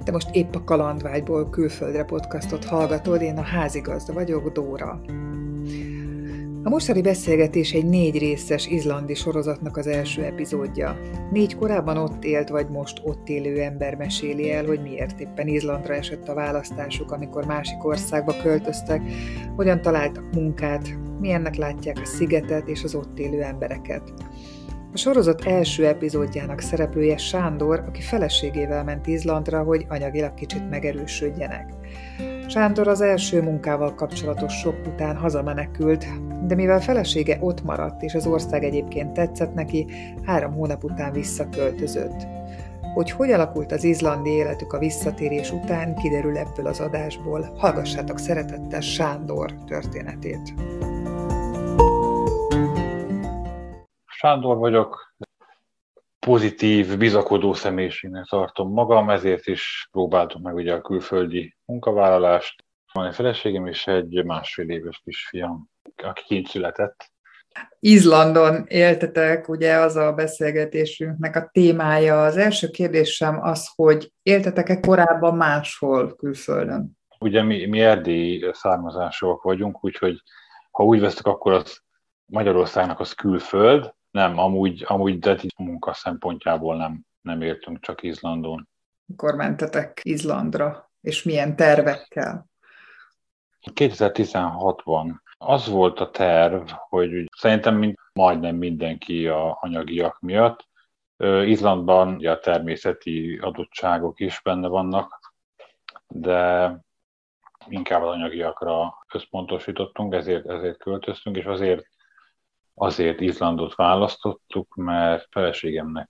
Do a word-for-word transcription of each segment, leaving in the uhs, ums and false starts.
De most épp a Kalandvágyból külföldre podcastot hallgatod, én a házigazda vagyok, Dóra. A mostani beszélgetés egy négy részes izlandi sorozatnak az első epizódja. Négy korábban ott élt, vagy most ott élő ember meséli el, hogy miért éppen Izlandra esett a választásuk, amikor másik országba költöztek, hogyan találtak munkát, milyennek látják a szigetet és az ott élő embereket. A sorozat első epizódjának szereplője Sándor, aki feleségével ment Izlandra, hogy anyagilag kicsit megerősödjenek. Sándor az első munkával kapcsolatos sok után hazamenekült, de mivel felesége ott maradt, és az ország egyébként tetszett neki, három hónap után visszaköltözött. Hogy hogy alakult az izlandi életük a visszatérés után, kiderül ebből az adásból. Hallgassátok szeretettel Sándor történetét. Sándor vagyok, pozitív, bizakodó személyiségnek tartom magam, ezért is próbáltuk meg ugye a külföldi munkavállalást. Van egy feleségem és egy másfél éves kisfiam, aki kint született. Izlandon éltetek, ugye az a beszélgetésünknek a témája. Az első kérdésem az, hogy éltetek-e korábban máshol külföldön? Ugye mi, mi erdélyi származásúak vagyunk, úgyhogy ha úgy vesztek, akkor az Magyarországnak az külföld, nem, amúgy, amúgy de munka szempontjából nem, nem éltünk csak Izlandon. Mikor mentetek Izlandra, és milyen tervekkel? kétezer-tizenhatban az volt a terv, hogy szerintem mind, majdnem mindenki a anyagiak miatt. Izlandban ugye a természeti adottságok is benne vannak, de inkább az anyagiakra összpontosítottunk, ezért, ezért költöztünk, és azért Azért Izlandot választottuk, mert feleségemnek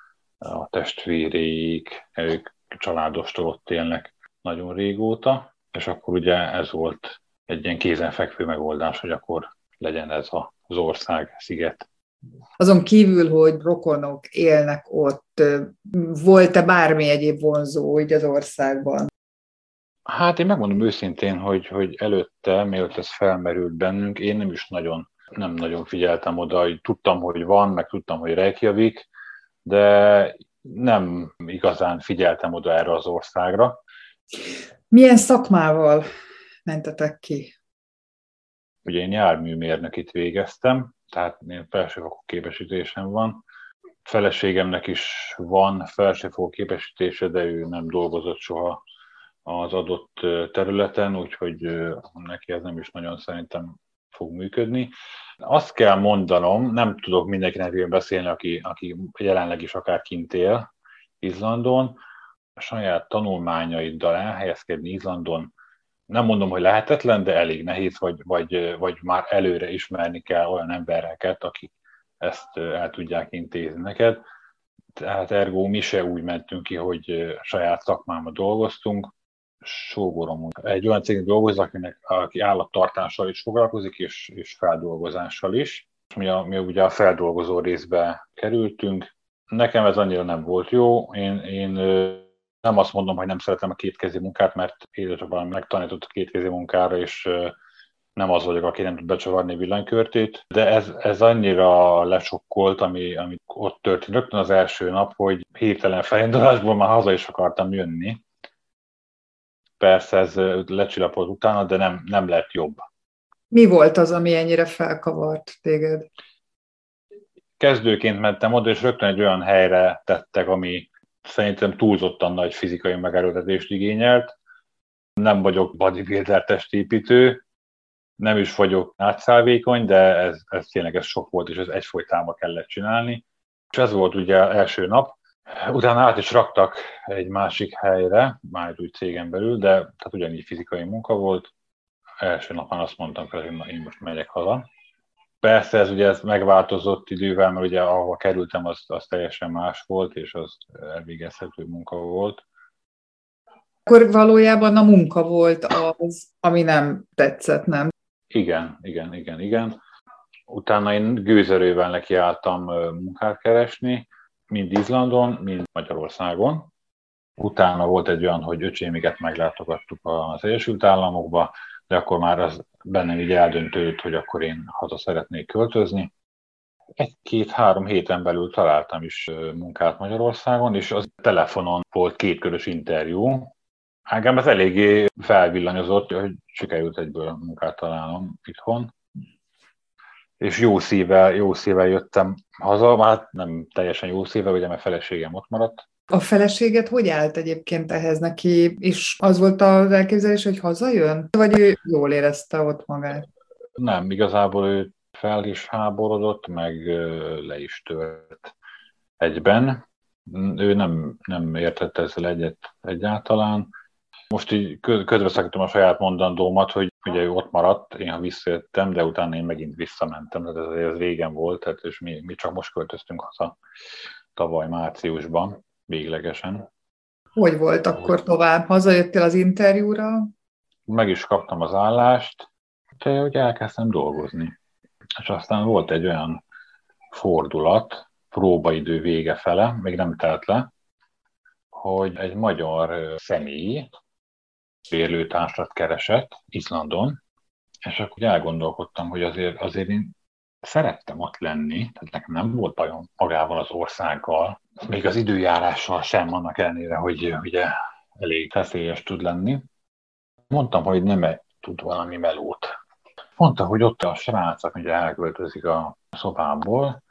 a testvéréik, ők családostól ott élnek nagyon régóta, és akkor ugye ez volt egy ilyen kézenfekvő megoldás, hogy akkor legyen ez az ország, sziget. Azon kívül, hogy rokonok élnek ott, volt-e bármi egyéb vonzó így az országban? Hát én megmondom őszintén, hogy, hogy előtte, mielőtt ez felmerült bennünk, én nem is nagyon nem nagyon figyeltem oda, hogy tudtam, hogy van, meg tudtam, hogy Reykjavik, de nem igazán figyeltem oda erre az országra. Milyen szakmával mentetek ki? Ugye én járműmérnökit végeztem, tehát én felsőfokú képesítésem van. Feleségemnek is van felsőfokú képesítése, de ő nem dolgozott soha az adott területen, úgyhogy neki ez nem is nagyon szerintem fog működni. Azt kell mondanom, nem tudok mindenki nevében beszélni, aki, aki jelenleg is akár kint él Izlandon, a saját tanulmányaiddal elhelyezkedni Izlandon, nem mondom, hogy lehetetlen, de elég nehéz, vagy, vagy, vagy már előre ismerni kell olyan embereket, akik ezt el tudják intézni neked. Tehát ergo mi se úgy mentünk ki, hogy saját szakmámban dolgoztunk. Sógorom egy olyan cégnek dolgozik, akinek, aki állattartással is foglalkozik, és, és feldolgozással is. Mi, a, mi ugye a feldolgozó részbe kerültünk. Nekem ez annyira nem volt jó. Én, én nem azt mondom, hogy nem szeretem a kétkezi munkát, mert édesapám megtanított a kétkezi munkára, és nem az vagyok, aki nem tud becsavarni villanykörtét. De ez, ez annyira lesokkolt, ami, ami ott történt rögtön az első nap, hogy hirtelen felindulásból már haza is akartam jönni. Persze ez lecsillapolt utána, de nem, nem lett jobb. Mi volt az, ami ennyire felkavart téged? Kezdőként mentem oda, és rögtön egy olyan helyre tettek, ami szerintem túlzottan nagy fizikai megerőltetést igényelt. Nem vagyok bodybuilder testépítő, nem is vagyok átszálvékony, de ez, ez tényleg ez sok volt, és ez egyfolytában kellett csinálni. És ez volt ugye első nap. Utána át is raktak egy másik helyre, már úgy cégen belül, de tehát ugyanígy fizikai munka volt. Első napon azt mondtam fel, hogy én most megyek haza. Persze ez ugye ez megváltozott idővel, mert ugye ahova kerültem, az, az teljesen más volt, és az elvégezhető munka volt. Akkor valójában a munka volt az, ami nem tetszett, nem? Igen, igen, igen, igen. Utána én gőzerővel nekiálltam munkát keresni, mind Izlandon, mind Magyarországon. Utána volt egy olyan, hogy öcsémiket meglátogattuk az Egyesült Államokba, de akkor már az bennem így eldöntődött, hogy akkor én haza szeretnék költözni. Egy-két-három héten belül találtam is munkát Magyarországon, és az telefonon volt kétkörös interjú. Engem ez eléggé felvillanyozott, hogy sikerült egyből munkát találnom itthon. És jó szívvel, jó szívvel jöttem haza, hát nem teljesen jó szívvel, ugye mert feleségem ott maradt. A feleséget hogy állt egyébként ehhez neki? És az volt az elképzelés, hogy hazajön? Vagy ő jól érezte ott magát? Nem, igazából ő fel is háborodott, meg le is tört egyben. Ő nem, nem értett ezzel egyet egyáltalán. Most így közbeszakítom a saját mondandómat, hogy ugye ő ott maradt, én ha visszajöttem, de utána én megint visszamentem, tehát ez azért régen volt, tehát és mi, mi csak most költöztünk haza tavaly márciusban, véglegesen. Hogy volt akkor tovább? Hazajöttél az interjúra? Meg is kaptam az állást, de ugye elkezdtem dolgozni. És aztán volt egy olyan fordulat, próbaidő vége fele, még nem telt le, hogy egy magyar személy bérlőtársat keresett Izlandon, és akkor elgondolkodtam, hogy azért, azért én szerettem ott lenni, tehát nekem nem volt bajom magával az országgal, még az időjárással sem, annak ellenére, hogy ugye elég feszélyes tud lenni. Mondtam, hogy nem tud valami melót. Mondta, hogy ott a srácok ugye elköltözik a szobából.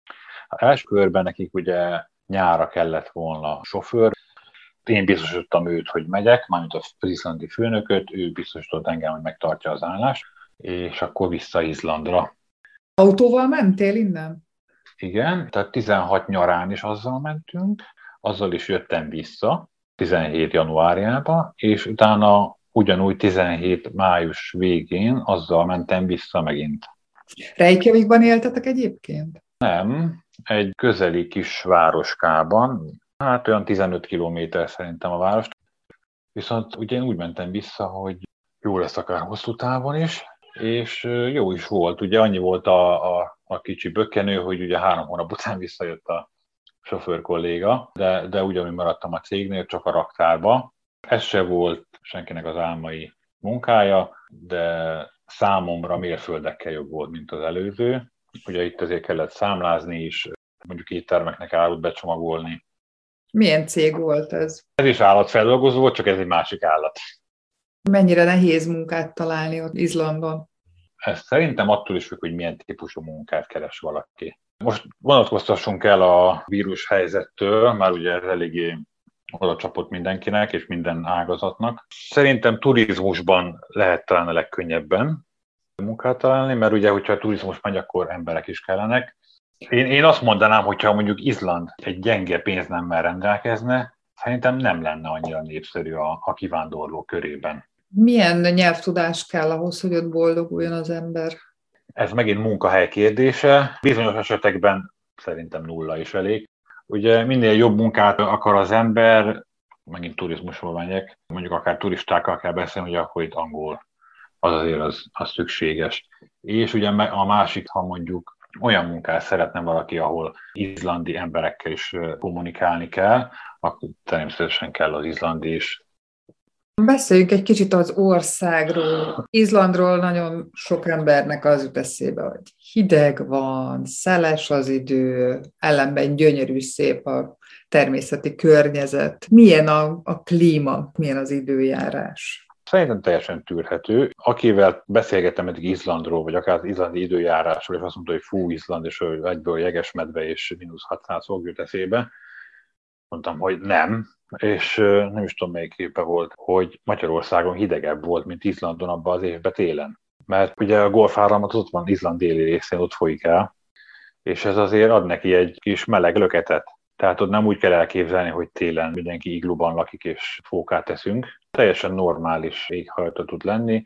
Az első körben nekik ugye nyára kellett volna sofőr. Én biztosítottam őt, hogy megyek, mármint az izlandi főnököt, ő biztosított engem, hogy megtartja az állást, és akkor vissza Izlandra. Autóval mentél innen? Igen, tehát tizenhat nyarán is azzal mentünk, azzal is jöttem vissza, tizenhét januárjába, és utána ugyanúgy tizenhét május végén azzal mentem vissza megint. Reykjavikban éltetek egyébként? Nem, egy közeli kis városkában, hát olyan tizenöt kilométer szerintem a város. Viszont ugye én úgy mentem vissza, hogy jó lesz akár hosszú távon is, és jó is volt. Ugye annyi volt a, a, a kicsi bökkenő, hogy ugye három hónap után visszajött a sofőr kolléga, de, de ugyanúgy maradtam a cégnél, csak a raktárba. Ez se volt senkinek az álmai munkája, de számomra mérföldekkel jobb volt, mint az előző. Ugye itt azért kellett számlázni is, mondjuk éttermeknek árut becsomagolni. Milyen cég volt ez? Ez is állatfeldolgozó volt, csak ez egy másik állat. Mennyire nehéz munkát találni ott Izlandon? Ez szerintem attól is függ, hogy milyen típusú munkát keres valaki. Most vonatkoztassunk el a vírus helyzettől, már ugye ez eléggé oda csapott mindenkinek és minden ágazatnak. Szerintem turizmusban lehet talán a legkönnyebben munkát találni, mert ugye, hogyha a turizmus megy, akkor emberek is kellenek. Én, én azt mondanám, hogyha mondjuk Izland egy gyenge pénznemmel rendelkezne, szerintem nem lenne annyira népszerű a, a kivándorló körében. Milyen nyelvtudás kell ahhoz, hogy ott boldoguljon az ember? Ez megint munkahely kérdése. Bizonyos esetekben szerintem nulla is elég. Ugye minél jobb munkát akar az ember, megint turizmusról megyek, mondjuk akár turistákkal kell beszélni, hogy akkor itt angol, az azért az, az szükséges. És ugye a másik, ha mondjuk olyan munkát szeretne valaki, ahol izlandi emberekkel is kommunikálni kell, akkor természetesen kell az izlandi is. Beszéljünk egy kicsit az országról. Izlandról nagyon sok embernek az jut eszébe, hogy hideg van, szeles az idő, ellenben gyönyörű, szép a természeti környezet. Milyen a, a klíma, milyen az időjárás? Szerintem teljesen tűrhető. Akivel beszélgettem eddig Izlandról, vagy akár az izlandi időjárásról, és azt mondta, hogy fú, Izland, és egyből jegesmedve, és mínusz hatszáz fok jut eszébe. Mondtam, hogy nem, és nem is tudom, melyik épe volt, hogy Magyarországon hidegebb volt, mint Izlandon abban az évben télen. Mert ugye a golfáramlat ott van Izland déli részén, ott folyik el, és ez azért ad neki egy kis meleg löketet. Tehát ott nem úgy kell elképzelni, hogy télen mindenki igluban lakik és fókát teszünk. Teljesen normális éghajlata tud lenni.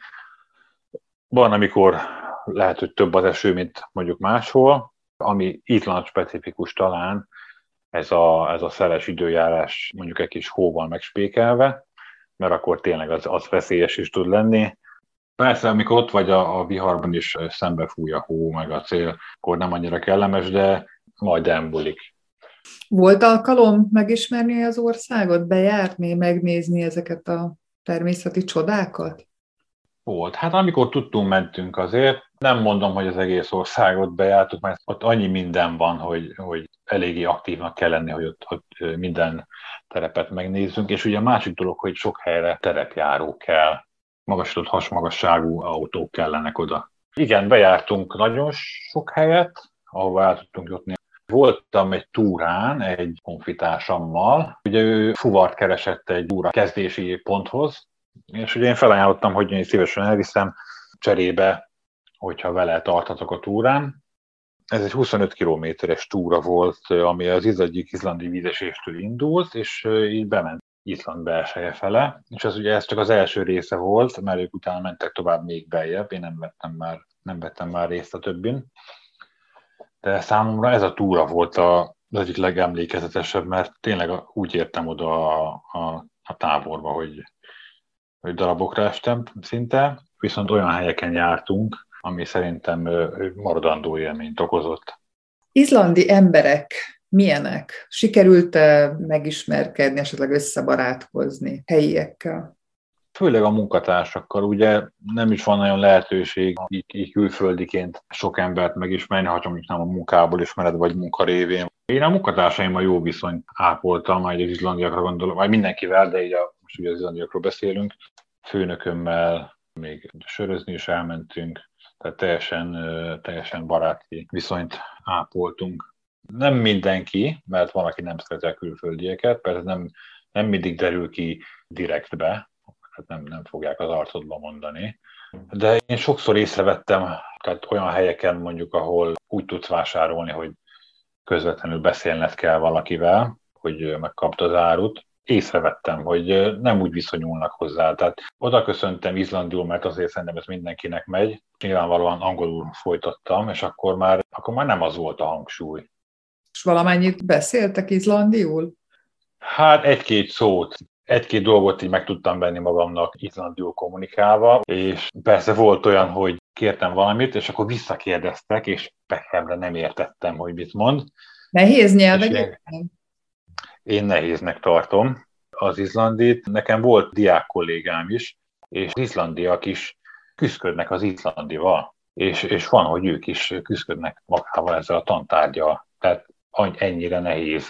Van, amikor lehet, hogy több az eső, mint mondjuk máshol, ami Izland specifikus talán, ez a, ez a szeles időjárás mondjuk egy kis hóval megspékelve, mert akkor tényleg az, az veszélyes is tud lenni. Persze, amikor ott vagy a, a viharban is szembefúj a hó, meg a cél, akkor nem annyira kellemes, de majd elmúlik. Volt alkalom megismerni az országot, bejárni, megnézni ezeket a természeti csodákat? Volt. Hát amikor tudtunk, mentünk azért. Nem mondom, hogy az egész országot bejártuk, mert ott annyi minden van, hogy, hogy eléggé aktívnak kell lenni, hogy ott, ott minden terepet megnézzünk, és ugye a másik dolog, hogy sok helyre terepjáró kell, magasított hasmagasságú autók kellenek oda. Igen, bejártunk nagyon sok helyet, ahova el tudtunk jutni. Voltam egy túrán egy honfitársammal, ugye ő fuvart keresett egy túra kezdési ponthoz, és ugye én felajánlottam, hogy én szívesen elviszem cserébe, hogyha vele tartatok a túrán. Ez egy huszonöt kilométeres túra volt, ami az egyik izlandi vízeséstől indult, és így bement Izland belseje fele. És ez ugye ez csak az első része volt, mert ők utána mentek tovább még beljebb, én nem vettem már, nem vettem már részt a többin. De számomra ez a túra volt az egyik legemlékezetesebb, mert tényleg úgy értem oda a, a, a táborba, hogy, hogy darabokra estem szinte, viszont olyan helyeken jártunk, ami szerintem maradandó élményt okozott. Izlandi emberek milyenek? Sikerült-e megismerkedni, esetleg összebarátkozni helyiekkel? Főleg a munkatársakkal, ugye nem is van nagyon lehetőség így, így külföldiként sok embert megismerni, ha csak nem a munkából ismered, vagy munka révén. Én a munkatársaimmal jó viszonyt ápoltam, majd az izlandiakra gondolom, vagy mindenkivel, de így a, most ugye az izlandiakról beszélünk. Főnökömmel még sörözni is elmentünk, tehát teljesen, teljesen baráti viszonyt ápoltunk. Nem mindenki, mert van, aki nem szereti a külföldieket, persze nem, nem mindig derül ki direktbe, hát nem, nem fogják az arcodba mondani. De én sokszor észrevettem, tehát olyan helyeken mondjuk, ahol úgy tudsz vásárolni, hogy közvetlenül beszélned kell valakivel, hogy megkapd az árut. Észrevettem, hogy nem úgy viszonyulnak hozzá. Tehát oda köszöntem izlandul, mert azért szerintem ez mindenkinek megy. Nyilvánvalóan angolul folytattam, és akkor már, akkor már nem az volt a hangsúly. És valamennyit beszéltek izlandiul? Hát egy-két szót. Egy-két dolgot így meg tudtam venni magamnak izlandiul kommunikálva, és persze volt olyan, hogy kértem valamit, és akkor visszakérdeztek, és pekemre nem értettem, hogy mit mond. Nehéz nyelv egyébként? Én nehéznek tartom az izlandit. Nekem volt diák kollégám is, és az izlandiak is küszködnek az izlandival, és, és van, hogy ők is küszködnek magával ezzel a tantárgyal. Tehát ennyire nehéz.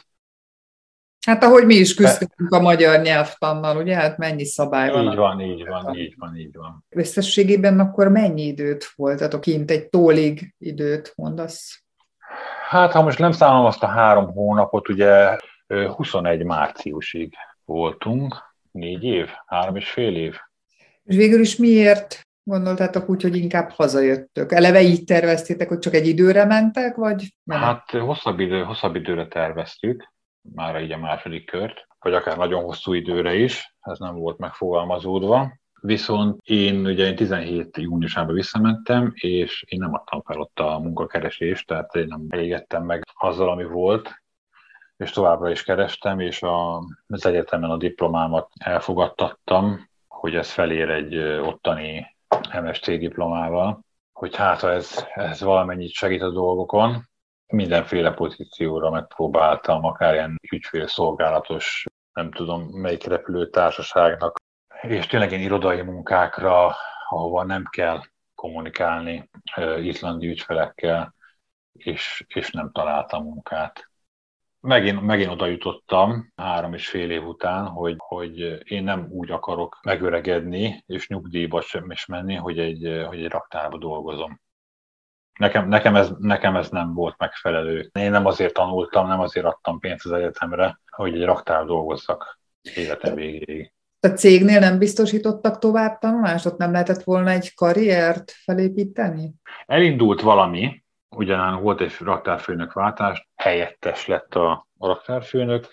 Hát ahogy mi is küzdünk a magyar nyelvtannal, ugye? Hát mennyi szabály van. Így van, így van, így van, így van. Összességében akkor mennyi időt voltatok kint? Egy tólig időt mondasz? Hát, ha most nem számolom azt a három hónapot, ugye huszonegy márciusig voltunk, négy év, három és fél év. És végül is miért gondoltátok úgy, hogy inkább hazajöttök? Eleve így terveztétek, hogy csak egy időre mentek, vagy? Hát hosszabb, idő, hosszabb időre terveztük, már így a második kört, vagy akár nagyon hosszú időre is, ez nem volt megfogalmazódva. Viszont én ugye én tizenhét júniusában visszamentem, és én nem adtam fel ott a munkakeresést, tehát én nem elégettem meg azzal, ami volt, és továbbra is kerestem, és a, az egyetemen a diplomámat elfogadtattam, hogy ez felér egy ottani em es té diplomával, hogy hát ha ez, ez valamennyit segít a dolgokon. Mindenféle pozícióra megpróbáltam, akár ilyen ügyfélszolgálatos, nem tudom melyik repülőtársaságnak, és tényleg ilyen irodai munkákra, ahova nem kell kommunikálni uh, izlandi ügyfelekkel, és, és nem találtam munkát. Megint, megint oda jutottam három és fél év után, hogy, hogy én nem úgy akarok megöregedni, és nyugdíjba sem is menni, hogy egy, hogy egy raktárba dolgozom. Nekem, nekem, ez, nekem ez nem volt megfelelő. Én nem azért tanultam, nem azért adtam pénzt az egyetemre, hogy egy raktár dolgozzak életem végéig. A cégnél nem biztosítottak tovább tanulást? Ott nem lehetett volna egy karriert felépíteni? Elindult valami, ugyanán volt egy raktárfőnök váltás, helyettes lett a, a raktárfőnök,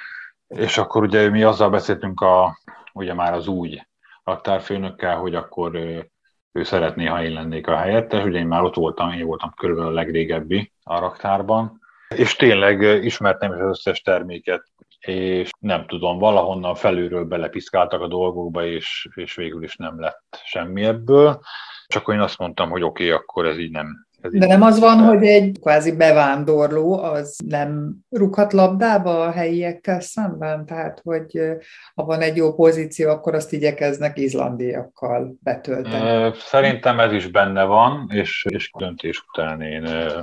és akkor ugye mi azzal beszéltünk a, ugye már az új raktárfőnökkel, hogy akkor ő szeretné, ha én lennék a helyettes, ugye én már ott voltam, én voltam körülbelül a legrégebbi a raktárban, és tényleg ismertem is az összes terméket, és nem tudom, valahonnan felülről belepiszkáltak a dolgokba, és, és végül is nem lett semmi ebből. Csak én azt mondtam, hogy oké, okay, akkor ez így nem, Ez De így nem az van, fel. hogy egy kvázi bevándorló az nem rúghat labdába a helyiekkel szemben? Tehát, hogy ö, ha van egy jó pozíció, akkor azt igyekeznek izlandiakkal betölteni. Ö, Szerintem ez is benne van, és, és döntés után én ö,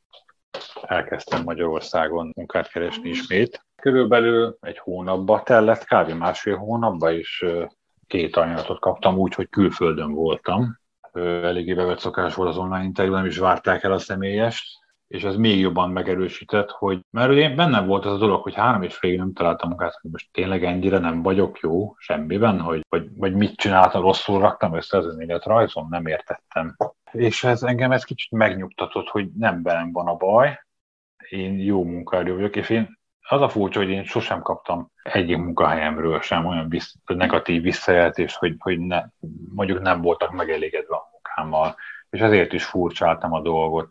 elkezdtem Magyarországon munkát keresni ismét. Körülbelül egy hónapba tellett, kb. Másfél hónapba, és ö, két ajánlatot kaptam úgy, hogy külföldön voltam. Ö, Eléggé bevett szokás volt az online interjú, nem is várták el a személyest, és ez még jobban megerősített, hogy mert én bennem volt az a dolog, hogy három és fél nem találtam munkát, hogy most tényleg ennyire nem vagyok jó semmiben, hogy, vagy, vagy mit csináltam, rosszul raktam össze az önéletrajzom, nem értettem. És ez engem ez kicsit megnyugtatott, hogy nem velem van a baj, én jó munkaerő vagyok, és én az a furcsa, hogy én sosem kaptam egyik munkahelyemről sem olyan vissz, negatív visszajelzést, hogy, hogy ne, mondjuk nem voltak megelégedve a munkámmal, és ezért is furcsáltam a dolgot.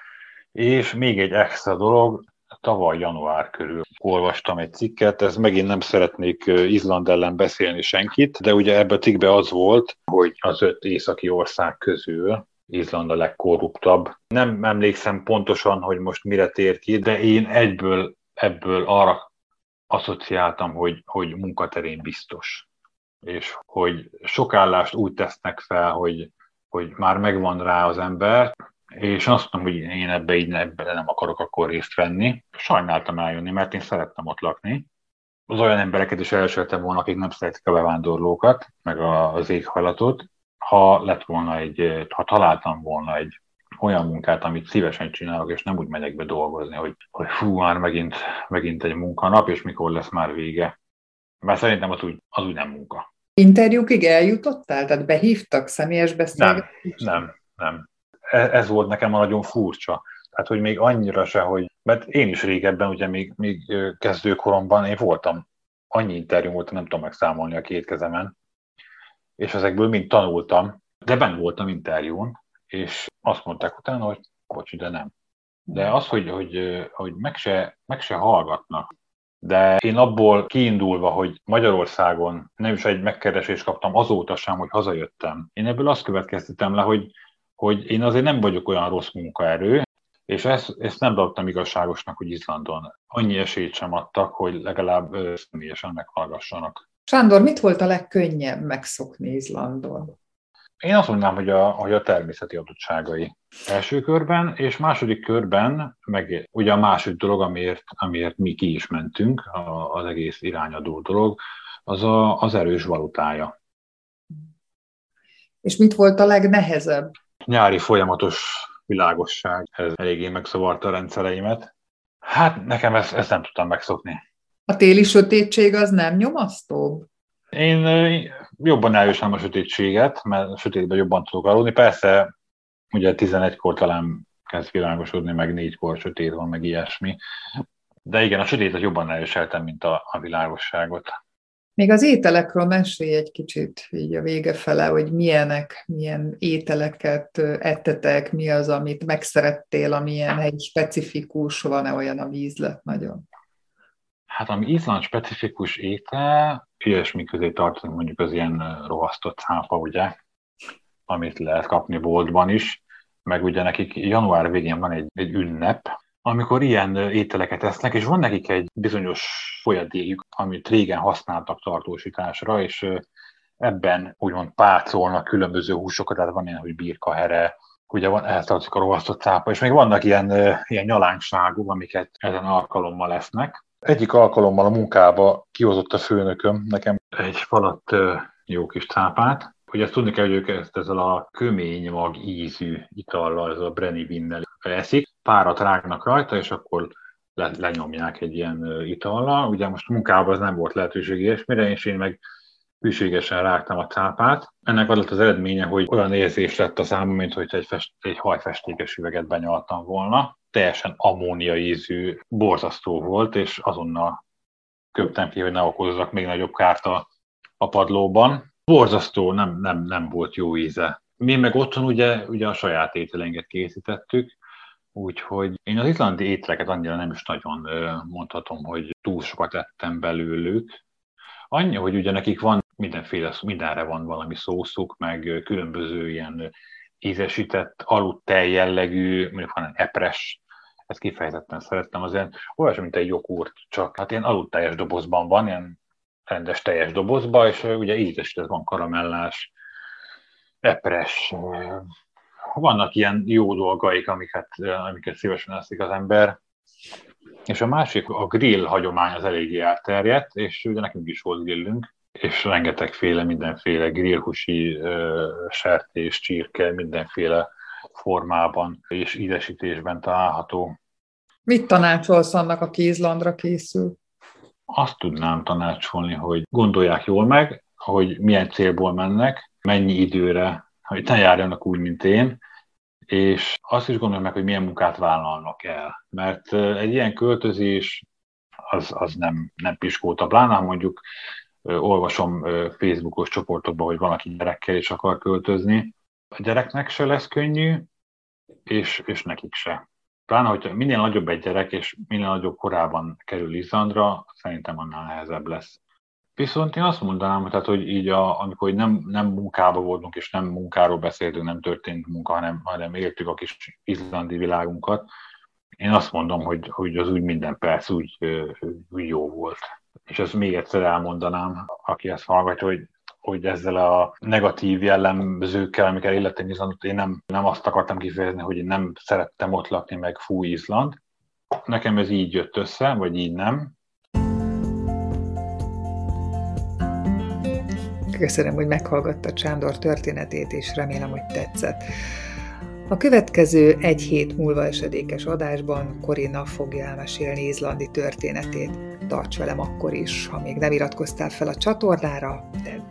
És még egy extra dolog, tavaly január körül olvastam egy cikket, ez megint nem szeretnék Izland ellen beszélni senkit, de ugye ebben a cikkben az volt, hogy az öt északi ország közül Izland a legkorruptabb. Nem emlékszem pontosan, hogy most mire tér ki, de én egyből ebből arra asszociáltam, hogy, hogy munkaterén biztos. És hogy sok állást úgy tesznek fel, hogy, hogy már megvan rá az ember, és azt mondom, hogy én ebbe így ebbe nem akarok akkor részt venni. Sajnáltam eljönni, mert én szerettem ott lakni. Az olyan embereket is elsőltem volna, akik nem szeretik a bevándorlókat, meg az éghajlatot. Ha lett volna egy, ha találtam volna egy olyan munkát, amit szívesen csinálok, és nem úgy megyek be dolgozni, hogy, hogy fú, már megint, megint egy munkanap, és mikor lesz már vége. Mert szerintem az úgy, az úgy nem munka. Interjúkig eljutottál? Tehát behívtak személyes Nem, beszélgetésre? nem, nem. Ez volt nekem a nagyon furcsa. Tehát, hogy még annyira se, hogy... Mert én is régebben, ugye még, még kezdőkoromban én voltam, annyi interjú voltam, nem tudom megszámolni a két kezemen, és ezekből mind tanultam, de benn voltam interjún, és azt mondták utána, hogy bocs, de nem. De az, hogy, hogy, hogy meg, se, meg se hallgatnak. De én abból kiindulva, hogy Magyarországon nem is egy megkeresést kaptam azóta sem, hogy hazajöttem. Én ebből azt következtetem le, hogy, hogy én azért nem vagyok olyan rossz munkaerő, és ezt, ezt nem tartottam igazságosnak, hogy Izlandon annyi esélyt sem adtak, hogy legalább ö, személyesen meghallgassanak. Sándor, mit volt a legkönnyebb megszokni Izlandon? Én azt mondanám, hogy a, hogy a természeti adottságai első körben, és második körben, meg ugye a második dolog, amiért, amiért mi ki is mentünk, a, az egész irányadó dolog, az a, az erős valutája. És mit volt a legnehezebb? Nyári folyamatos világosság, ez eléggé megszavarta a rendszereimet. Hát nekem ezt, ezt nem tudtam megszokni. A téli sötétség az nem nyomasztóbb? Én jobban elviselem a sötétséget, mert a sötétben jobban tudok aludni. Persze, ugye tizenegykor talán kezd világosodni, meg négykor sötét van, meg ilyesmi. De igen, a sötétet jobban elviseltem, mint a, a világosságot. Még az ételekről mesélj egy kicsit így a vége fele, hogy milyenek, milyen ételeket ettetek, mi az, amit megszerettél, amilyen helyi specifikus, van-e olyan, ami ízlett nagyon? Hát ami Izland specifikus étel, ilyesmi közé tartozik mondjuk az ilyen rohasztott cápa, ugye, amit lehet kapni boltban is, meg ugye nekik január végén van egy, egy ünnep, amikor ilyen ételeket esznek, és van nekik egy bizonyos folyadékjuk, amit régen használtak tartósításra, és ebben úgymond pácolnak különböző húsokat, tehát van ilyen, hogy birkahere, ugye van, ehhez tartozik a rohasztott cápa, és még vannak ilyen, ilyen nyalánkságok, amiket ezen alkalommal lesznek. Egyik alkalommal a munkába kihozott a főnököm nekem egy falat jó kis cápát, hogy ezt tudni kell, hogy ők ezt ezzel a köménymag ízű itallal, ezzel a Brennivinnel eszik, párat rágnak rajta, és akkor le, lenyomják egy ilyen itallal. Ugye most munkában az nem volt lehetőség ilyesmire, és én meg hűségesen rágtam a cápát. Ennek az lett az eredménye, hogy olyan érzés lett a számom, mint hogy egy, fest, egy hajfestékes üveget benyaltam volna. Teljesen ammónia ízű, borzasztó volt, és azonnal köptem ki, hogy ne okozzak még nagyobb kárt a, a padlóban. Borzasztó, nem, nem, nem volt jó íze. Mi meg otthon ugye, ugye a saját ételeinket készítettük, úgyhogy én az izlandi ételeket annyira nem is nagyon mondhatom, hogy túl sokat ettem belőlük. Annyi, hogy ugye nekik van mindenféle, mindenre van valami szószuk, meg különböző ilyen ízesített, aludtej jellegű, mondjuk van egy epres, ezt kifejezetten szerettem, az ilyen olyasmi, mint egy joghurt, csak hát ilyen aludteljes dobozban van, ilyen rendes teljes dobozban, és ugye ízesített, van karamellás, epres, vannak ilyen jó dolgaik, amiket, amiket szívesen eszik az ember. És a másik, a grill hagyomány az eléggé elterjedt, és ugye nekünk is volt grillünk, és rengetegféle, mindenféle grillhúsi, sertés, csirke, mindenféle formában és ízesítésben található. Mit tanácsolsz annak, aki Izlandra készül? Azt tudnám tanácsolni, hogy gondolják jól meg, hogy milyen célból mennek, mennyi időre, hogy ne járjanak úgy, mint én, és azt is gondolom meg, hogy milyen munkát vállalnak el. Mert egy ilyen költözés az, az nem, nem piskóta. Pláne, mondjuk olvasom Facebookos csoportokban, hogy valaki gyerekkel is akar költözni. A gyereknek se lesz könnyű, és, és nekik se. Pláne, hogyha minél nagyobb egy gyerek, és minél nagyobb korában kerül Izlandra, szerintem annál nehezebb lesz. Viszont én azt mondanám, tehát, hogy így a, amikor nem, nem munkába voltunk, és nem munkáról beszéltünk, nem történt munka, hanem, hanem éltük a kis izlandi világunkat, én azt mondom, hogy, hogy az úgy minden perc úgy, úgy jó volt. És ezt még egyszer elmondanám, aki ezt hallgatja, hogy, hogy ezzel a negatív jellemzőkkel, amikkel illettem Izlandot, én nem, nem azt akartam kifejezni, hogy én nem szerettem ott lakni, meg fú Izland. Nekem ez így jött össze, vagy így nem. Köszönöm, hogy meghallgattad Sándor történetét, és remélem, hogy tetszett. A következő egy hét múlva esedékes adásban Corina fogja elmesélni izlandi történetét. Tarts velem akkor is, ha még nem iratkoztál fel a csatornára, tedd